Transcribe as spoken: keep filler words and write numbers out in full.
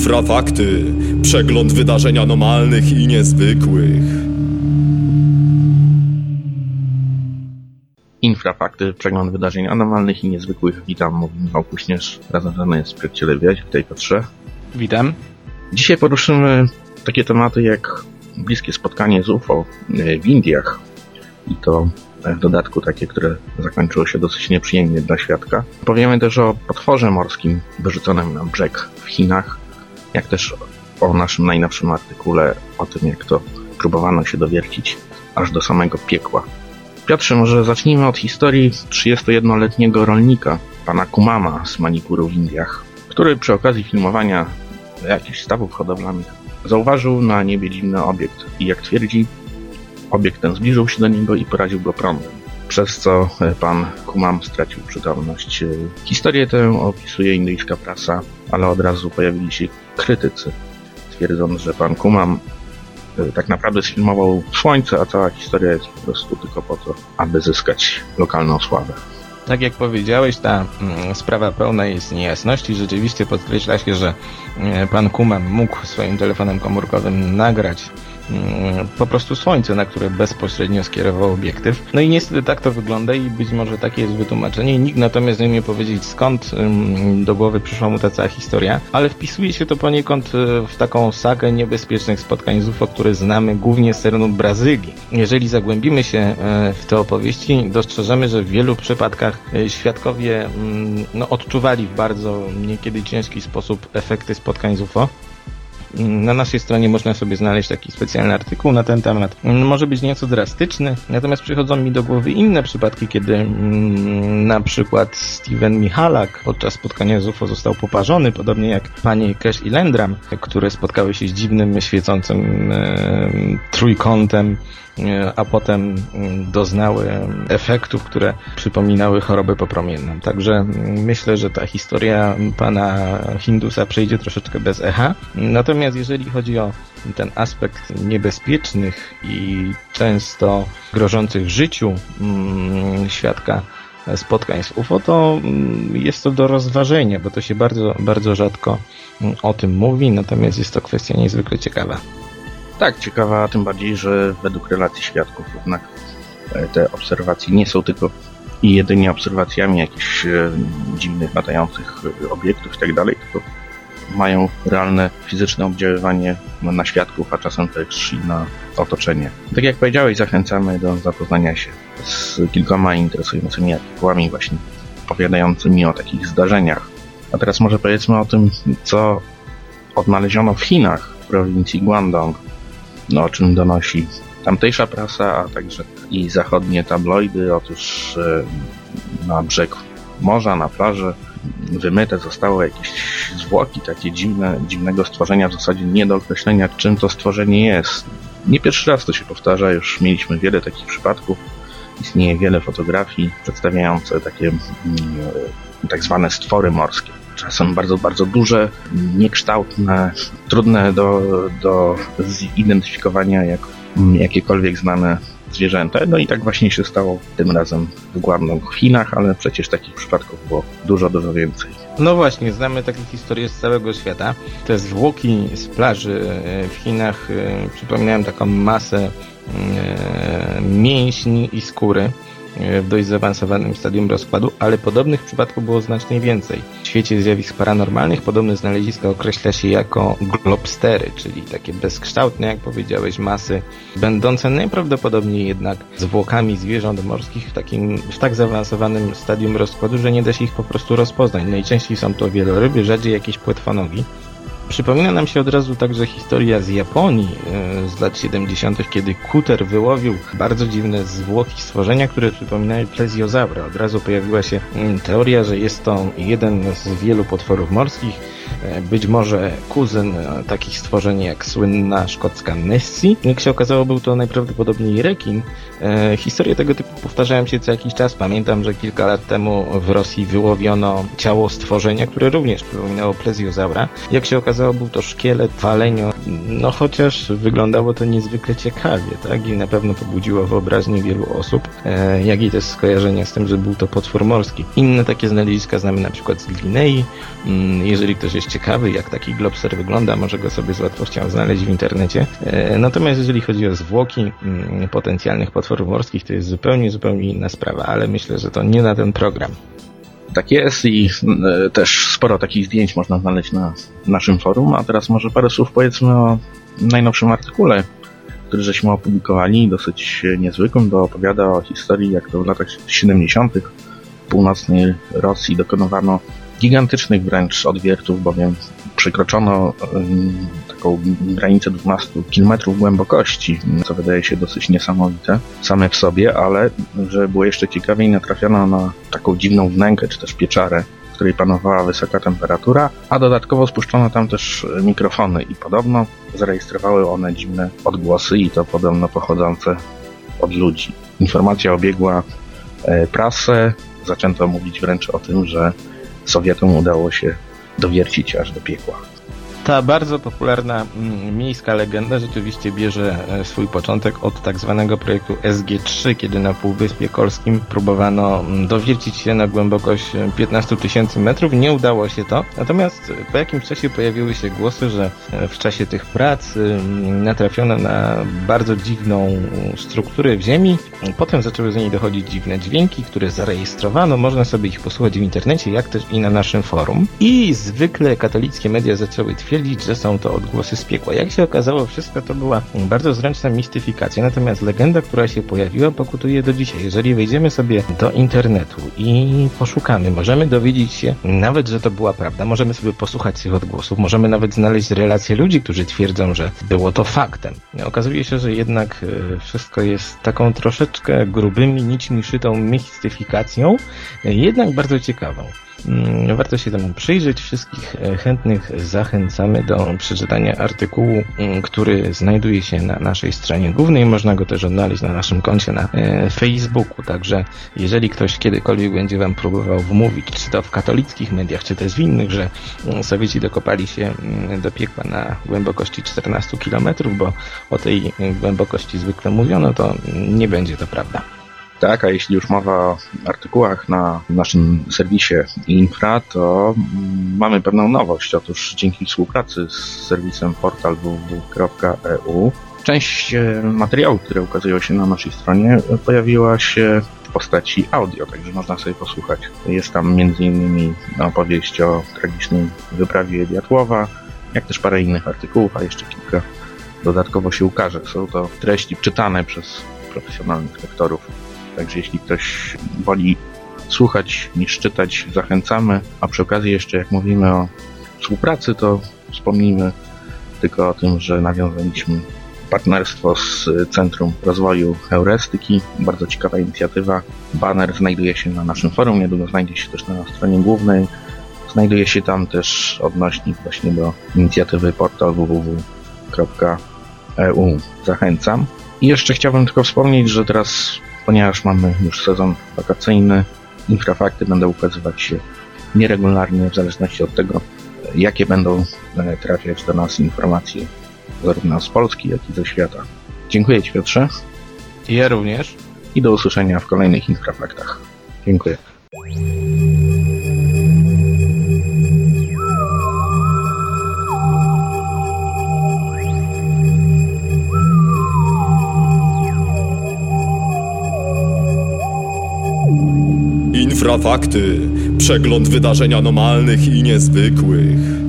Infrafakty. Przegląd wydarzeń anomalnych i niezwykłych. Infrafakty, przegląd wydarzeń anomalnych i niezwykłych. Witam, mówi Michał Kuśnierz. Razem ze mną jest Piotr Cielebiać. Witaj, Piotrze. Witam. Dzisiaj poruszymy takie tematy jak bliskie spotkanie z U F O w Indiach. I to w dodatku takie, które zakończyło się dosyć nieprzyjemnie dla świadka. Powiemy też o potworze morskim wyrzuconym na brzeg w Chinach, jak też o naszym najnowszym artykule o tym, jak to próbowano się dowiercić aż do samego piekła. Piotrze, może zacznijmy od historii trzydziestojednoletniego rolnika, pana Kumama z Manipuru w Indiach, który przy okazji filmowania jakichś stawów hodowlanych zauważył na niebie dziwny obiekt i, jak twierdzi, obiekt ten zbliżył się do niego i poraził go prądem, przez co pan Kumam stracił przytomność. Historię tę opisuje indyjska prasa, ale od razu pojawili się krytycy, twierdząc, że pan Kumam tak naprawdę sfilmował słońce, a cała historia jest po prostu tylko po to, aby zyskać lokalną sławę. Tak jak powiedziałeś, ta mm, sprawa pełna jest niejasności. Rzeczywiście podkreśla się, że y, pan Kumam mógł swoim telefonem komórkowym nagrać po prostu słońce, na które bezpośrednio skierował obiektyw. No i niestety tak to wygląda i być może takie jest wytłumaczenie. Nikt natomiast nie umie powiedzieć, skąd do głowy przyszła mu ta cała historia, ale wpisuje się to poniekąd w taką sagę niebezpiecznych spotkań z U F O, które znamy głównie z terenu Brazylii. Jeżeli zagłębimy się w te opowieści, dostrzeżemy, że w wielu przypadkach świadkowie no, odczuwali w bardzo niekiedy ciężki sposób efekty spotkań z U F O. Na naszej stronie można sobie znaleźć taki specjalny artykuł na ten temat. Może być nieco drastyczny, natomiast przychodzą mi do głowy inne przypadki, kiedy mm, na przykład Steven Michalak podczas spotkania z U F O został poparzony, podobnie jak pani Cash i Landram, które spotkały się z dziwnym, świecącym e, trójkątem, a potem doznały efektów, które przypominały chorobę popromienną. Także myślę, że ta historia pana Hindusa przejdzie troszeczkę bez echa. Natomiast jeżeli chodzi o ten aspekt niebezpiecznych i często grożących życiu świadka spotkań z U F O, to jest to do rozważenia, bo to się bardzo, bardzo rzadko o tym mówi, natomiast jest to kwestia niezwykle ciekawa. Tak, ciekawa, tym bardziej, że według relacji świadków jednak te obserwacje nie są tylko i jedynie obserwacjami jakichś dziwnych, latających obiektów i tak dalej, tylko mają realne fizyczne oddziaływanie na świadków, a czasem też i na otoczenie. Tak jak powiedziałeś, zachęcamy do zapoznania się z kilkoma interesującymi artykułami właśnie opowiadającymi o takich zdarzeniach. A teraz może powiedzmy o tym, co odnaleziono w Chinach, w prowincji Guangdong. No, o czym donosi tamtejsza prasa, a także i zachodnie tabloidy. Otóż e, na brzeg morza, na plaży wymyte zostały jakieś zwłoki, takie dziwne, dziwnego stworzenia, w zasadzie nie do określenia, czym to stworzenie jest. Nie pierwszy raz to się powtarza, już mieliśmy wiele takich przypadków. Istnieje wiele fotografii przedstawiające takie mm, tak zwane stwory morskie. Czasem bardzo, bardzo duże, niekształtne, trudne do, do zidentyfikowania jak jakiekolwiek znane zwierzęta. No i tak właśnie się stało tym razem w Guangdong w Chinach, ale przecież takich przypadków było dużo, dużo więcej. No właśnie, znamy takie historie z całego świata. Te zwłoki z plaży w Chinach przypominają taką masę mięśni i skóry w dość zaawansowanym stadium rozkładu, ale podobnych przypadków było znacznie więcej. W świecie zjawisk paranormalnych podobne znaleziska określa się jako globstery, czyli takie bezkształtne, jak powiedziałeś, masy, będące najprawdopodobniej jednak zwłokami zwierząt morskich w takim, w tak zaawansowanym stadium rozkładu, że nie da się ich po prostu rozpoznać. Najczęściej są to wieloryby, rzadziej jakieś płetwonogi. Przypomina nam się od razu także historia z Japonii z lat siedemdziesiątych, kiedy kuter wyłowił bardzo dziwne zwłoki stworzenia, które przypominały plezjozaura. Od razu pojawiła się teoria, że jest to jeden z wielu potworów morskich, być może kuzyn takich stworzeń jak słynna szkocka Nessie. Jak się okazało, był to najprawdopodobniej rekin. Historie tego typu powtarzają się co jakiś czas. Pamiętam, że kilka lat temu w Rosji wyłowiono ciało stworzenia, które również przypominało plezjozaura. Jak się okazało, okazało, był to szkielet walenio, no chociaż wyglądało to niezwykle ciekawie, tak? I na pewno pobudziło wyobraźnię wielu osób, e, jak i też skojarzenia z tym, że był to potwór morski. Inne takie znaleziska znamy na przykład z Gwinei. Jeżeli ktoś jest ciekawy, jak taki globster wygląda, może go sobie z łatwością znaleźć w internecie. E, natomiast jeżeli chodzi o zwłoki m, potencjalnych potworów morskich, to jest zupełnie, zupełnie inna sprawa, ale myślę, że to nie na ten program. Tak jest i e, też sporo takich zdjęć można znaleźć na naszym forum, a teraz może parę słów powiedzmy o najnowszym artykule, który żeśmy opublikowali, dosyć niezwykłym, bo opowiada o historii, jak to w latach siedemdziesiątych w północnej Rosji dokonywano gigantycznych wręcz odwiertów, bowiem przekroczono um, taką granicę dwunastu kilometrów głębokości, co wydaje się dosyć niesamowite same w sobie, ale że było jeszcze ciekawiej, natrafiono na taką dziwną wnękę, czy też pieczarę, w której panowała wysoka temperatura, a dodatkowo spuszczono tam też mikrofony i podobno zarejestrowały one dziwne odgłosy i to podobno pochodzące od ludzi. Informacja obiegła e, prasę, zaczęto mówić wręcz o tym, że Sowietom udało się dowiercić aż do piekła. Ta bardzo popularna mm, miejska legenda rzeczywiście bierze swój początek od tak zwanego projektu S G trzy, kiedy na Półwyspie Kolskim próbowano dowiercić się na głębokość piętnaście tysięcy metrów. Nie udało się to. Natomiast po jakimś czasie pojawiły się głosy, że w czasie tych prac natrafiono na bardzo dziwną strukturę w ziemi. Potem zaczęły z niej dochodzić dziwne dźwięki, które zarejestrowano. Można sobie ich posłuchać w internecie, jak też i na naszym forum. I zwykle katolickie media zaczęły twierdzić, że są to odgłosy z piekła. Jak się okazało, wszystko to była bardzo zręczna mistyfikacja, natomiast legenda, która się pojawiła, pokutuje do dzisiaj. Jeżeli wejdziemy sobie do internetu i poszukamy, możemy dowiedzieć się nawet, że to była prawda, możemy sobie posłuchać tych odgłosów, możemy nawet znaleźć relacje ludzi, którzy twierdzą, że było to faktem. Okazuje się, że jednak wszystko jest taką troszeczkę grubymi nićmi szytą mistyfikacją, jednak bardzo ciekawą. Warto się temu przyjrzeć. Wszystkich chętnych zachęcamy do przeczytania artykułu, który znajduje się na naszej stronie głównej. Można go też odnaleźć na naszym koncie na Facebooku. Także jeżeli ktoś kiedykolwiek będzie Wam próbował wmówić, czy to w katolickich mediach, czy też w innych, że Sowieci dokopali się do piekła na głębokości czternastu kilometrów, bo o tej głębokości zwykle mówiono, to nie będzie to prawda. Tak, a jeśli już mowa o artykułach na naszym serwisie Infra, to mamy pewną nowość. Otóż dzięki współpracy z serwisem portal w w w kropka e u część materiałów, które ukazują się na naszej stronie, pojawiła się w postaci audio, także można sobie posłuchać. Jest tam między innymi opowieść o tragicznej wyprawie Diatłowa, jak też parę innych artykułów, a jeszcze kilka dodatkowo się ukaże. Są to treści czytane przez profesjonalnych lektorów. Także jeśli ktoś woli słuchać niż czytać, zachęcamy. A przy okazji jeszcze jak mówimy o współpracy, to wspomnijmy tylko o tym, że nawiązaliśmy partnerstwo z Centrum Rozwoju Heurystyki. Bardzo ciekawa inicjatywa. Banner znajduje się na naszym forum, niedługo znajdzie się też na stronie głównej. Znajduje się tam też odnośnik właśnie do inicjatywy portal w w w kropka e u. Zachęcam. I jeszcze chciałbym tylko wspomnieć, że teraz, ponieważ mamy już sezon wakacyjny, infrafakty będą ukazywać się nieregularnie w zależności od tego, jakie będą trafiać do nas informacje zarówno z Polski, jak i ze świata. Dziękuję Ci, Piotrze. Ja również. I do usłyszenia w kolejnych infrafaktach. Dziękuję. Infrafakty. Przegląd wydarzeń anomalnych i niezwykłych.